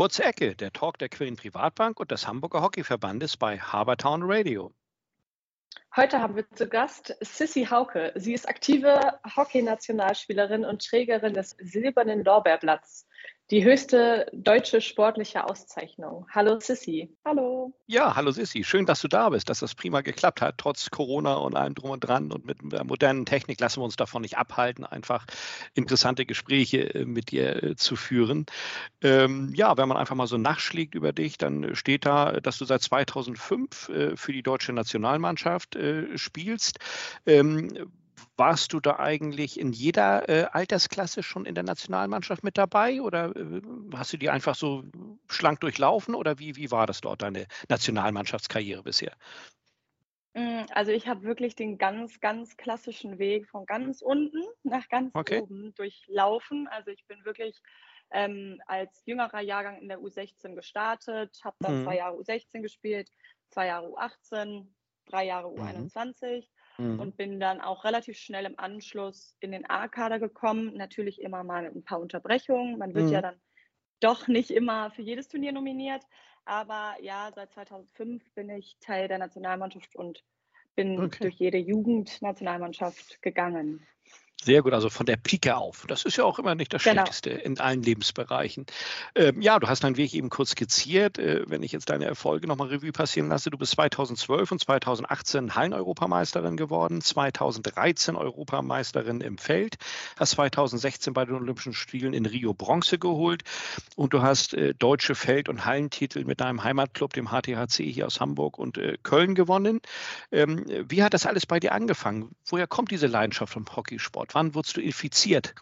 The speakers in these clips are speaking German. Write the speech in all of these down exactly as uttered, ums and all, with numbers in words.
Kurze Ecke, der Talk der Quirin Privatbank und des Hamburger Hockeyverbandes bei Habertown Radio. Heute haben wir zu Gast Sissi Hauke. Sie ist aktive Hockeynationalspielerin und Trägerin des Silbernen Lorbeerblatts, die höchste deutsche sportliche Auszeichnung. Hallo Sissi. Hallo. Ja, hallo Sissi. Schön, dass du da bist, dass das prima geklappt hat, trotz Corona und allem drum und dran. Und mit der modernen Technik lassen wir uns davon nicht abhalten, einfach interessante Gespräche äh, mit dir äh, zu führen. Ähm, ja, wenn man einfach mal so nachschlägt über dich, dann steht da, dass du seit zweitausendfünf äh, für die deutsche Nationalmannschaft äh, spielst. Ähm, Warst du da eigentlich in jeder äh, Altersklasse schon in der Nationalmannschaft mit dabei oder äh, hast du die einfach so schlank durchlaufen oder wie, wie war das dort, deine Nationalmannschaftskarriere bisher? Mm, Also ich habe wirklich den ganz, ganz klassischen Weg von ganz unten nach ganz Okay. oben durchlaufen. Also ich bin wirklich ähm, als jüngerer Jahrgang in der U sechzehn gestartet, habe dann zwei Mhm. Jahre U sechzehn gespielt, zwei Jahre U achtzehn, drei Jahre Mhm. U einundzwanzig Mhm. und bin dann auch relativ schnell im Anschluss in den A-Kader gekommen. Natürlich immer mal mit ein paar Unterbrechungen. Man wird ja Mhm. dann doch nicht immer für jedes Turnier nominiert. Aber ja, seit zweitausendfünf bin ich Teil der Nationalmannschaft und bin Okay. durch jede Jugendnationalmannschaft gegangen. Sehr gut, also von der Pike auf. Das ist ja auch immer nicht das Genau. Schlechteste in allen Lebensbereichen. Ähm, ja, du hast deinen Weg eben kurz skizziert. Äh, wenn ich jetzt deine Erfolge nochmal Revue passieren lasse, du bist zweitausendzwölf und zweitausendachtzehn Hallen-Europameisterin geworden, zweitausenddreizehn Europameisterin im Feld, hast zweitausendsechzehn bei den Olympischen Spielen in Rio Bronze geholt und du hast äh, deutsche Feld- und Hallentitel mit deinem Heimatclub, dem H T H C hier aus Hamburg und äh, Köln gewonnen. Ähm, wie hat das alles bei dir angefangen? Woher kommt diese Leidenschaft vom Hockeysport? Wann wurdest du infiziert?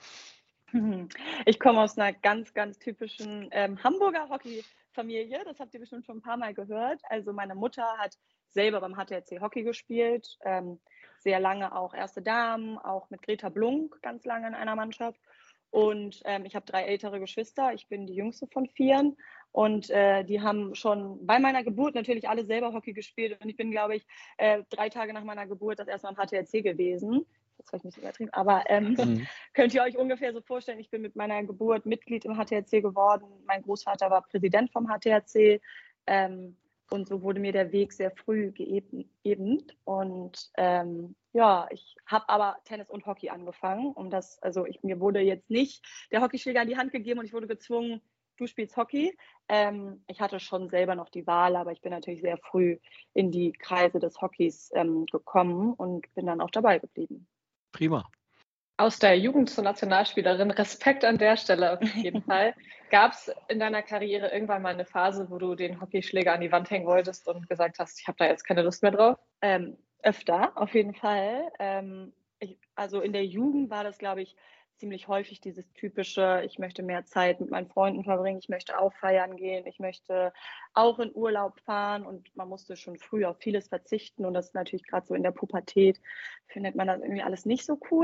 Ich komme aus einer ganz, ganz typischen ähm, Hamburger Hockeyfamilie. Das habt ihr bestimmt schon ein paar Mal gehört. Also meine Mutter hat selber beim H T H C Hockey gespielt, ähm, sehr lange auch Erste Damen, auch mit Greta Blunk ganz lange in einer Mannschaft. Und ähm, ich habe drei ältere Geschwister. Ich bin die jüngste von vieren. Und äh, die haben schon bei meiner Geburt natürlich alle selber Hockey gespielt. Und ich bin, glaube ich, äh, drei Tage nach meiner Geburt das erste Mal im H T H C gewesen. Das ist vielleicht ein bisschen übertrieben, aber ähm, Mhm. könnt ihr euch ungefähr so vorstellen, ich bin mit meiner Geburt Mitglied im H T H C geworden. Mein Großvater war Präsident vom H T H C. Ähm, und so wurde mir der Weg sehr früh geebnet. Und ähm, ja, ich habe aber Tennis und Hockey angefangen. Um das, also ich, mir wurde jetzt nicht der Hockeyschläger in die Hand gegeben und ich wurde gezwungen, du spielst Hockey. Ähm, ich hatte schon selber noch die Wahl, aber ich bin natürlich sehr früh in die Kreise des Hockeys ähm, gekommen und bin dann auch dabei geblieben. Prima. Aus der Jugend zur Nationalspielerin, Respekt an der Stelle auf jeden Fall. Gab es in deiner Karriere irgendwann mal eine Phase, wo du den Hockeyschläger an die Wand hängen wolltest und gesagt hast, ich habe da jetzt keine Lust mehr drauf? Ähm, öfter, auf jeden Fall. Ähm, ich, also in der Jugend war das, glaube ich, ziemlich häufig dieses typische, ich möchte mehr Zeit mit meinen Freunden verbringen, ich möchte auch feiern gehen, ich möchte auch in Urlaub fahren und man musste schon früh auf vieles verzichten und das ist natürlich gerade so in der Pubertät, findet man das irgendwie alles nicht so cool.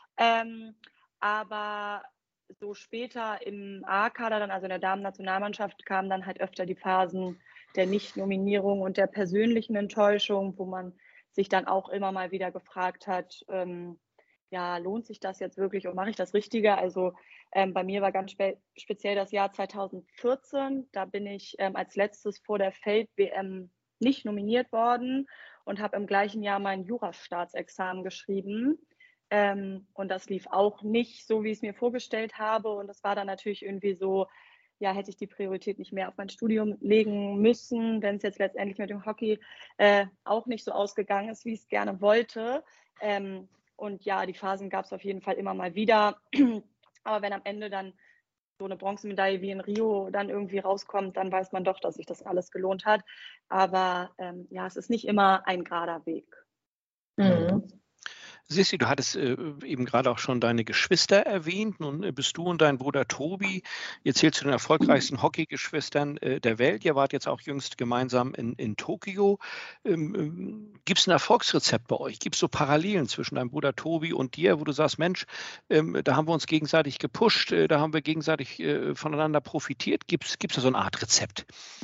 Ähm, aber so später im A-Kader, dann also in der Damen-Nationalmannschaft, kamen dann halt öfter die Phasen der Nicht-Nominierung und der persönlichen Enttäuschung, wo man sich dann auch immer mal wieder gefragt hat, ähm, ja, lohnt sich das jetzt wirklich und mache ich das Richtige? Also ähm, bei mir war ganz spe speziell das Jahr zweitausendvierzehn. Da bin ich ähm, als letztes vor der Feld-W M nicht nominiert worden und habe im gleichen Jahr mein Jurastaatsexamen geschrieben. Ähm, und das lief auch nicht so, wie ich es mir vorgestellt habe. Und das war dann natürlich irgendwie so, ja, hätte ich die Priorität nicht mehr auf mein Studium legen müssen, wenn es jetzt letztendlich mit dem Hockey äh, auch nicht so ausgegangen ist, wie ich es gerne wollte. Ähm, und ja, die Phasen gab es auf jeden Fall immer mal wieder. Aber wenn am Ende dann so eine Bronzemedaille wie in Rio dann irgendwie rauskommt, dann weiß man doch, dass sich das alles gelohnt hat. Aber ähm, ja, es ist nicht immer ein gerader Weg. Mhm. Sissi, du hattest äh, eben gerade auch schon deine Geschwister erwähnt. Nun äh, bist du und dein Bruder Tobi, ihr zählt zu den erfolgreichsten Hockeygeschwistern äh, der Welt. Ihr wart jetzt auch jüngst gemeinsam in, in Tokio. Ähm, ähm, Gibt es ein Erfolgsrezept bei euch? Gibt es so Parallelen zwischen deinem Bruder Tobi und dir, wo du sagst, Mensch, ähm, da haben wir uns gegenseitig gepusht, äh, da haben wir gegenseitig äh, voneinander profitiert. Gibt es da so eine Art Rezept?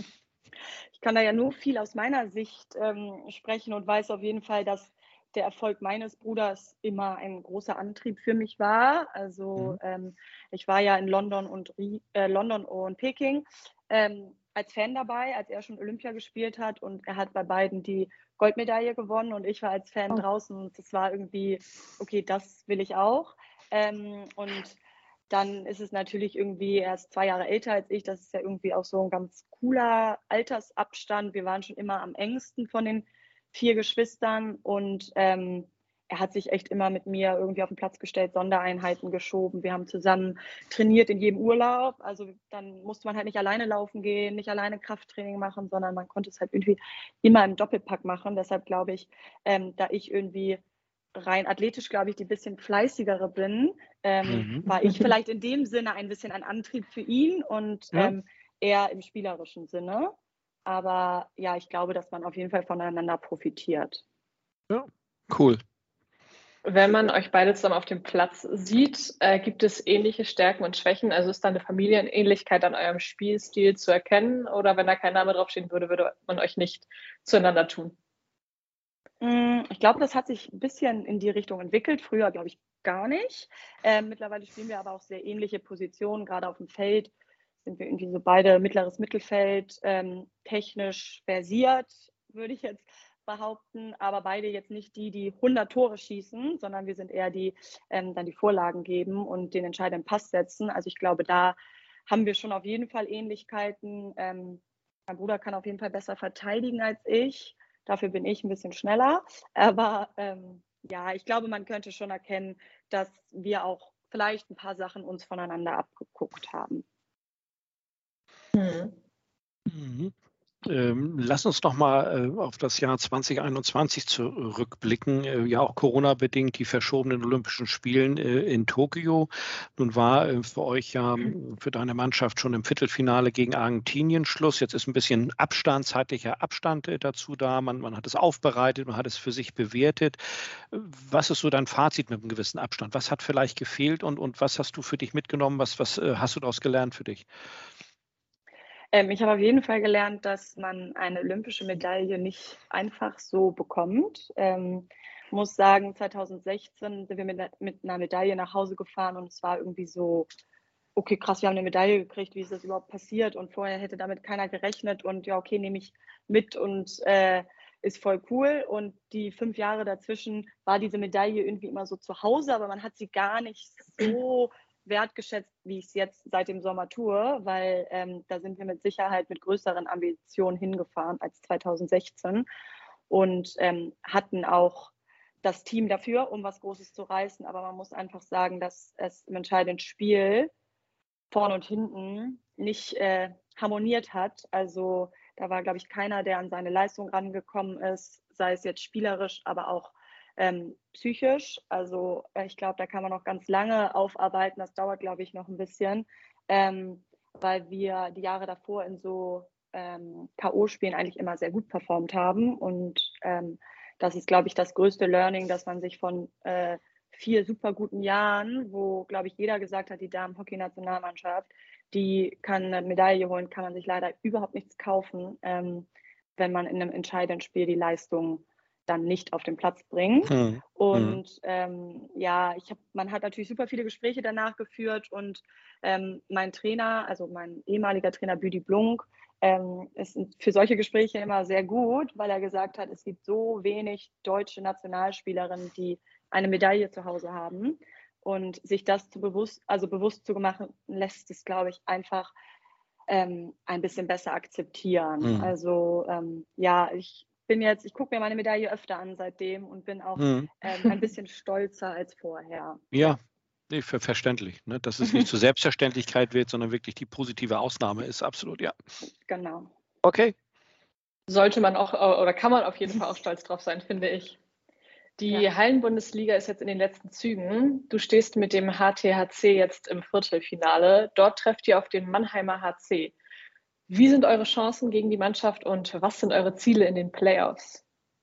Ich kann da ja nur viel aus meiner Sicht ähm, sprechen und weiß auf jeden Fall, dass der Erfolg meines Bruders immer ein großer Antrieb für mich war. Also Mhm. ähm, ich war ja in London und, äh, London und Peking ähm, als Fan dabei, als er schon Olympia gespielt hat und er hat bei beiden die Goldmedaille gewonnen und ich war als Fan Oh. draußen und das war irgendwie, okay, das will ich auch. Ähm, und dann ist es natürlich irgendwie, er ist zwei Jahre älter als ich, das ist ja irgendwie auch so ein ganz cooler Altersabstand. Wir waren schon immer am engsten von den vier Geschwistern und ähm, er hat sich echt immer mit mir irgendwie auf den Platz gestellt, Sondereinheiten geschoben. Wir haben zusammen trainiert in jedem Urlaub. Also dann musste man halt nicht alleine laufen gehen, nicht alleine Krafttraining machen, sondern man konnte es halt irgendwie immer im Doppelpack machen. Deshalb glaube ich, ähm, da ich irgendwie rein athletisch, glaube ich, die bisschen fleißigere bin, ähm, Mhm. war ich vielleicht in dem Sinne ein bisschen ein Antrieb für ihn und Ja, ähm, eher im spielerischen Sinne. Aber ja, ich glaube, dass man auf jeden Fall voneinander profitiert. ja, cool. Wenn man euch beide zusammen auf dem Platz sieht, äh, gibt es ähnliche Stärken und Schwächen? Also ist da eine Familienähnlichkeit an eurem Spielstil zu erkennen? Oder wenn da kein Name draufstehen würde, würde man euch nicht zueinander tun? Ich glaube, das hat sich ein bisschen in die Richtung entwickelt. Früher, glaube ich, gar nicht. Ähm, mittlerweile spielen wir aber auch sehr ähnliche Positionen. Gerade auf dem Feld sind wir irgendwie so beide mittleres Mittelfeld, ähm, technisch versiert, würde ich jetzt behaupten. Aber beide jetzt nicht die, die hundert Tore schießen, sondern wir sind eher die, ähm, dann die Vorlagen geben und den entscheidenden Pass setzen. Also ich glaube, da haben wir schon auf jeden Fall Ähnlichkeiten. Ähm, mein Bruder kann auf jeden Fall besser verteidigen als ich. Dafür bin ich ein bisschen schneller. Aber ähm, ja, ich glaube, man könnte schon erkennen, dass wir auch vielleicht ein paar Sachen uns voneinander abgeguckt haben. Hm. Mhm. Ähm, lass uns noch mal äh, auf das Jahr zwanzig einundzwanzig zurückblicken. Äh, ja, auch Corona-bedingt die verschobenen Olympischen Spielen äh, in Tokio. Nun war äh, für euch ja, m, für deine Mannschaft schon im Viertelfinale gegen Argentinien Schluss. Jetzt ist ein bisschen Abstand, zeitlicher Abstand äh, dazu da. Man, man hat es aufbereitet, man hat es für sich bewertet. Äh, Was ist so dein Fazit mit einem gewissen Abstand? Was hat vielleicht gefehlt und, und was hast du für dich mitgenommen? Was, was äh, hast du daraus gelernt für dich? Ähm, ich habe auf jeden Fall gelernt, dass man eine olympische Medaille nicht einfach so bekommt. Ähm, muss sagen, zweitausendsechzehn sind wir mit, mit einer Medaille nach Hause gefahren und es war irgendwie so, okay, krass, wir haben eine Medaille gekriegt, wie ist das überhaupt passiert? Und vorher hätte damit keiner gerechnet und ja, okay, nehme ich mit und äh, ist voll cool. Und die fünf Jahre dazwischen war diese Medaille irgendwie immer so zu Hause, aber man hat sie gar nicht so wertgeschätzt, wie ich es jetzt seit dem Sommer tue, weil ähm, da sind wir mit Sicherheit mit größeren Ambitionen hingefahren als zweitausendsechzehn und ähm, hatten auch das Team dafür, um was Großes zu reißen. Aber man muss einfach sagen, dass es im entscheidenden Spiel vorne und hinten nicht äh, harmoniert hat. Also da war, glaube ich, keiner, der an seine Leistung rangekommen ist, sei es jetzt spielerisch, aber auch ähm, psychisch. Also äh, ich glaube, da kann man noch ganz lange aufarbeiten. Das dauert, glaube ich, noch ein bisschen, ähm, weil wir die Jahre davor in so ähm, K O-Spielen eigentlich immer sehr gut performt haben. Und ähm, das ist, glaube ich, das größte Learning, dass man sich von äh, vier super guten Jahren, wo, glaube ich, jeder gesagt hat, die Damen-Hockey-Nationalmannschaft, die kann eine Medaille holen, kann man sich leider überhaupt nichts kaufen, ähm, wenn man in einem entscheidenden Spiel die Leistung dann nicht auf den Platz bringt. Hm. Hm. Und ähm, ja, ich hab, man hat natürlich super viele Gespräche danach geführt und ähm, mein Trainer, also mein ehemaliger Trainer Büdi Blunk, ähm, ist für solche Gespräche immer sehr gut, weil er gesagt hat, es gibt so wenig deutsche Nationalspielerinnen, die eine Medaille zu Hause haben. Und sich das zu bewusst, also bewusst zu machen, lässt es, glaube ich, einfach ähm, ein bisschen besser akzeptieren. Hm. Also ähm, ja, ich bin jetzt, ich gucke mir meine Medaille öfter an seitdem und bin auch Hm. ähm, ein bisschen stolzer als vorher. Ja, Ja. ne, ver verständlich, ne, dass es nicht zur Selbstverständlichkeit wird, sondern wirklich die positive Ausnahme ist, absolut, ja. Genau. Okay. Sollte man auch äh, oder kann man auf jeden Fall auch stolz drauf sein, finde ich. Die Ja. Hallenbundesliga ist jetzt in den letzten Zügen. Du stehst mit dem H T H C jetzt im Viertelfinale. Dort trefft ihr auf den Mannheimer H C. Wie sind eure Chancen gegen die Mannschaft und was sind eure Ziele in den Playoffs?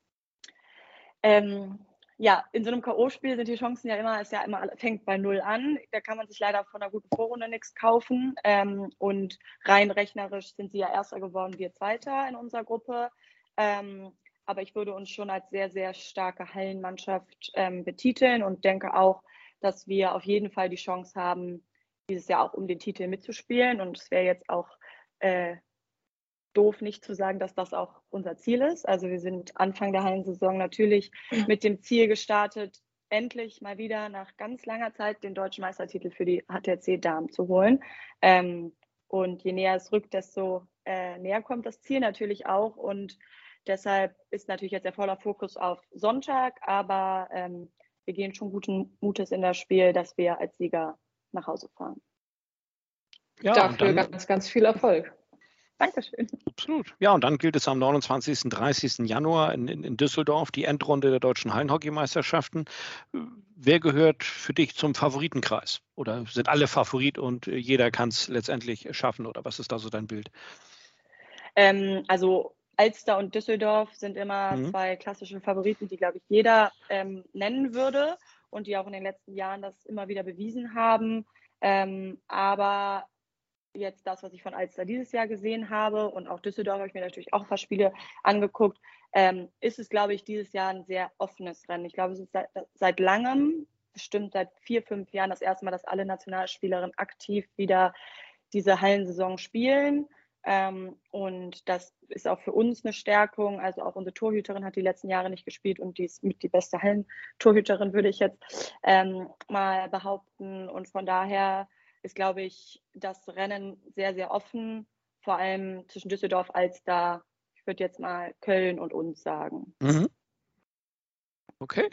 Ähm, ja, in so einem K O-Spiel sind die Chancen ja immer, es ja immer fängt bei Null an. Da kann man sich leider von einer guten Vorrunde nichts kaufen. Ähm, und rein rechnerisch sind sie ja Erster geworden, wir Zweiter in unserer Gruppe. Ähm, aber ich würde uns schon als sehr, sehr starke Hallenmannschaft ähm, betiteln und denke auch, dass wir auf jeden Fall die Chance haben, dieses Jahr auch um den Titel mitzuspielen. Und es wäre jetzt auch äh, doof, nicht zu sagen, dass das auch unser Ziel ist. Also wir sind Anfang der Hallensaison natürlich mit dem Ziel gestartet, endlich mal wieder nach ganz langer Zeit den deutschen Meistertitel für die H T C Damen zu holen. Ähm, und je näher es rückt, desto äh, näher kommt das Ziel natürlich auch. Und deshalb ist natürlich jetzt der voller Fokus auf Sonntag, aber ähm, wir gehen schon guten Mutes in das Spiel, dass wir als Sieger nach Hause fahren. Ja, Dafür und dann, ganz, ganz viel Erfolg. Dankeschön. absolut. Ja, und dann gilt es am neunundzwanzigsten, dreißigsten Januar in, in, in Düsseldorf, die Endrunde der deutschen Hallenhockeymeisterschaften. Wer gehört für dich zum Favoritenkreis? Oder sind alle Favorit und jeder kann es letztendlich schaffen? Oder was ist da so dein Bild? Ähm, also Alster und Düsseldorf sind immer Mhm. zwei klassische Favoriten, die, glaube ich, jeder ähm, nennen würde und die auch in den letzten Jahren das immer wieder bewiesen haben. Ähm, aber jetzt das, was ich von Alster dieses Jahr gesehen habe und auch Düsseldorf, habe ich mir natürlich auch ein paar Spiele angeguckt, ähm, ist es, glaube ich, dieses Jahr ein sehr offenes Rennen. Ich glaube, es ist seit, seit langem, bestimmt seit vier, fünf Jahren das erste Mal, dass alle Nationalspielerinnen aktiv wieder diese Hallensaison spielen. Ähm, und das ist auch für uns eine Stärkung. Also auch unsere Torhüterin hat die letzten Jahre nicht gespielt und die ist mit die beste Hallentorhüterin, würde ich jetzt ähm, mal behaupten. Und von daher ist, glaube ich, das Rennen sehr, sehr offen, vor allem zwischen Düsseldorf, Alster, ich würde jetzt mal Köln und uns sagen. Mhm. Okay.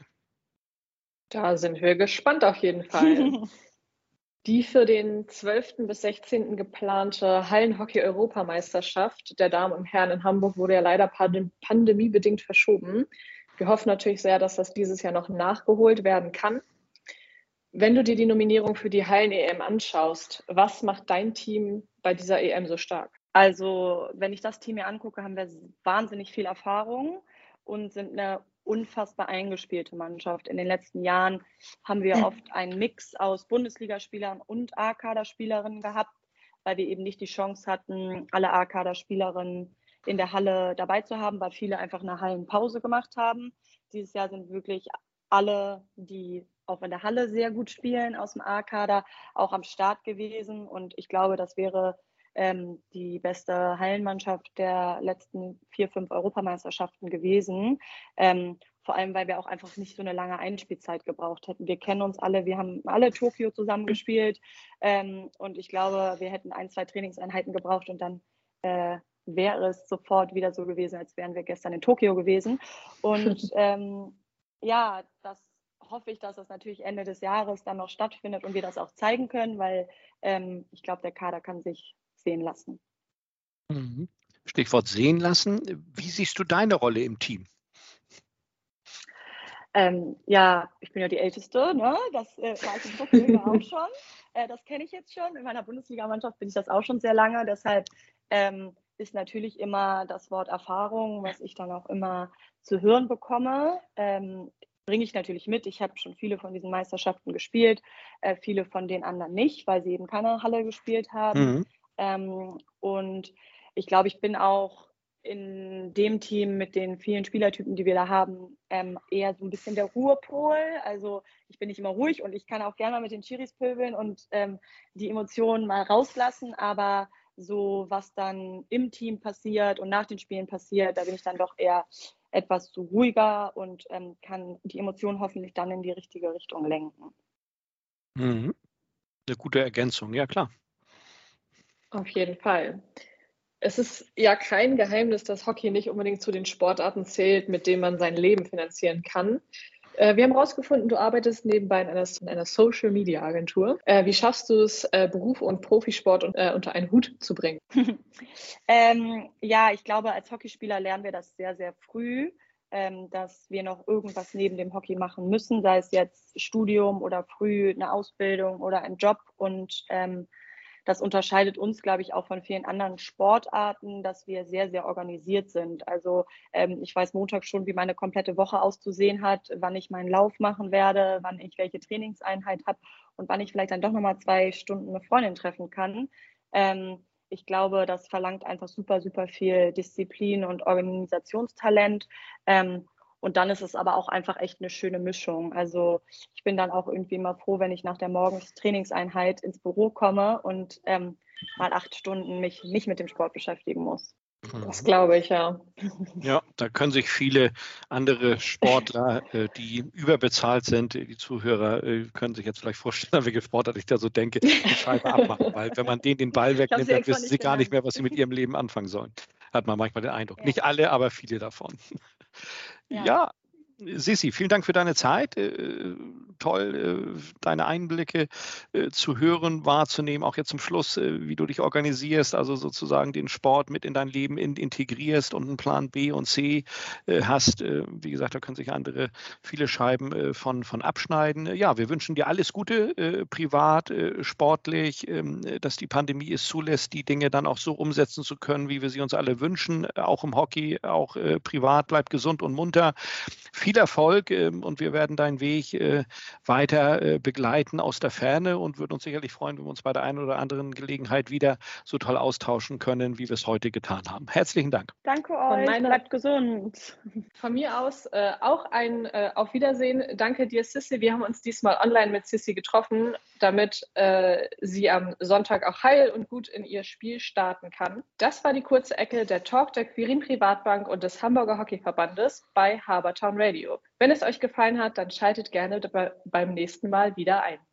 Da sind wir gespannt auf jeden Fall. Die für den zwölften bis sechzehnten geplante Hallenhockey-Europameisterschaft der Damen und Herren in Hamburg wurde ja leider pandemiebedingt verschoben. Wir hoffen natürlich sehr, dass das dieses Jahr noch nachgeholt werden kann. Wenn du dir die Nominierung für die Hallen-E M anschaust, was macht dein Team bei dieser E M so stark? Also, wenn ich das Team mir angucke, haben wir wahnsinnig viel Erfahrung und sind eine unfassbar eingespielte Mannschaft. In den letzten Jahren haben wir oft einen Mix aus Bundesligaspielern und A-Kader-Spielerinnen gehabt, weil wir eben nicht die Chance hatten, alle A-Kader-Spielerinnen in der Halle dabei zu haben, weil viele einfach eine Hallenpause gemacht haben. Dieses Jahr sind wirklich alle, die auch in der Halle sehr gut spielen, aus dem A-Kader, auch am Start gewesen. Und ich glaube, das wäre ähm, die beste Hallenmannschaft der letzten vier, fünf Europameisterschaften gewesen. Ähm, vor allem, weil wir auch einfach nicht so eine lange Einspielzeit gebraucht hätten. Wir kennen uns alle, wir haben alle Tokio zusammen gespielt ähm, und ich glaube, wir hätten ein, zwei Trainingseinheiten gebraucht und dann äh, wäre es sofort wieder so gewesen, als wären wir gestern in Tokio gewesen. Und ähm, ja, das hoffe ich, dass das natürlich Ende des Jahres dann noch stattfindet und wir das auch zeigen können, weil ähm, ich glaube, der Kader kann sich sehen lassen. Mhm. Stichwort sehen lassen. Wie siehst du deine Rolle im Team? Ähm, ja, ich bin ja die Älteste, ne? Das äh, war ich im Tokio auch schon. Äh, das kenne ich jetzt schon. In meiner Bundesligamannschaft bin ich das auch schon sehr lange. Deshalb ähm, ist natürlich immer das Wort Erfahrung, was ich dann auch immer zu hören bekomme, ähm, bringe ich natürlich mit. Ich habe schon viele von diesen Meisterschaften gespielt, äh, viele von den anderen nicht, weil sie eben keine Halle gespielt haben. Mhm. Ähm, und ich glaube, ich bin auch in dem Team mit den vielen Spielertypen, die wir da haben, ähm, eher so ein bisschen der Ruhepol. Also ich bin nicht immer ruhig und ich kann auch gerne mal mit den Chiris pöbeln und ähm, die Emotionen mal rauslassen, aber so was dann im Team passiert und nach den Spielen passiert, da bin ich dann doch eher etwas zu ruhiger und ähm, kann die Emotionen hoffentlich dann in die richtige Richtung lenken. Mhm. Eine gute Ergänzung, ja klar. Auf jeden Fall. Es ist ja kein Geheimnis, dass Hockey nicht unbedingt zu den Sportarten zählt, mit denen man sein Leben finanzieren kann. Äh, wir haben herausgefunden, du arbeitest nebenbei in einer, in einer Social-Media-Agentur. Äh, wie schaffst du es, äh, Beruf und Profisport und, äh, unter einen Hut zu bringen? ähm, ja, ich glaube, als Hockeyspieler lernen wir das sehr, sehr früh, ähm, dass wir noch irgendwas neben dem Hockey machen müssen, sei es jetzt Studium oder früh eine Ausbildung oder ein Job. Und ähm, das unterscheidet uns, glaube ich, auch von vielen anderen Sportarten, dass wir sehr, sehr organisiert sind. Also ähm, ich weiß Montag schon, wie meine komplette Woche auszusehen hat, wann ich meinen Lauf machen werde, wann ich welche Trainingseinheit habe und wann ich vielleicht dann doch nochmal zwei Stunden eine Freundin treffen kann. Ähm, ich glaube, das verlangt einfach super, super viel Disziplin und Organisationstalent. Ähm, und dann ist es aber auch einfach echt eine schöne Mischung. Also ich bin dann auch irgendwie immer froh, wenn ich nach der Morgens Trainingseinheit ins Büro komme und ähm, mal acht Stunden mich nicht mit dem Sport beschäftigen muss. Das glaube ich, ja. Ja, da können sich viele andere Sportler, äh, die überbezahlt sind, die Zuhörer äh, können sich jetzt vielleicht vorstellen, an welche Sportler ich da so denke, die Scheibe abmachen. Weil wenn man denen den Ball wegnimmt, sie dann extra wissen nicht sie gar nicht genannt. mehr, was sie mit ihrem Leben anfangen sollen. Hat man manchmal den Eindruck. Ja. Nicht alle, aber viele davon. Ja. Ja, Sissi, vielen Dank für deine Zeit. Äh, toll, äh, deine Einblicke äh, zu hören, wahrzunehmen, auch jetzt zum Schluss, äh, wie du dich organisierst, also sozusagen den Sport mit in dein Leben in, integrierst und einen Plan B und C äh, hast. Äh, wie gesagt, da können sich andere viele Scheiben äh, von, von abschneiden. Äh, ja, wir wünschen dir alles Gute, äh, privat, äh, sportlich, ähm, dass die Pandemie es zulässt, die Dinge dann auch so umsetzen zu können, wie wir sie uns alle wünschen, auch im Hockey, auch äh, privat. Bleib gesund und munter. Viel Erfolg ähm, und wir werden deinen Weg äh, weiter äh, begleiten aus der Ferne und würden uns sicherlich freuen, wenn wir uns bei der einen oder anderen Gelegenheit wieder so toll austauschen können, wie wir es heute getan haben. Herzlichen Dank. Danke Von euch, meiner- bleibt gesund. Von mir aus äh, auch ein äh, Auf Wiedersehen. Danke dir, Sissi. Wir haben uns diesmal online mit Sissi getroffen, damit äh, sie am Sonntag auch heil und gut in ihr Spiel starten kann. Das war die kurze Ecke, der Talk der Quirin Privatbank und des Hamburger Hockeyverbandes bei Habertown Radio. Wenn es euch gefallen hat, dann schaltet gerne beim nächsten Mal wieder ein.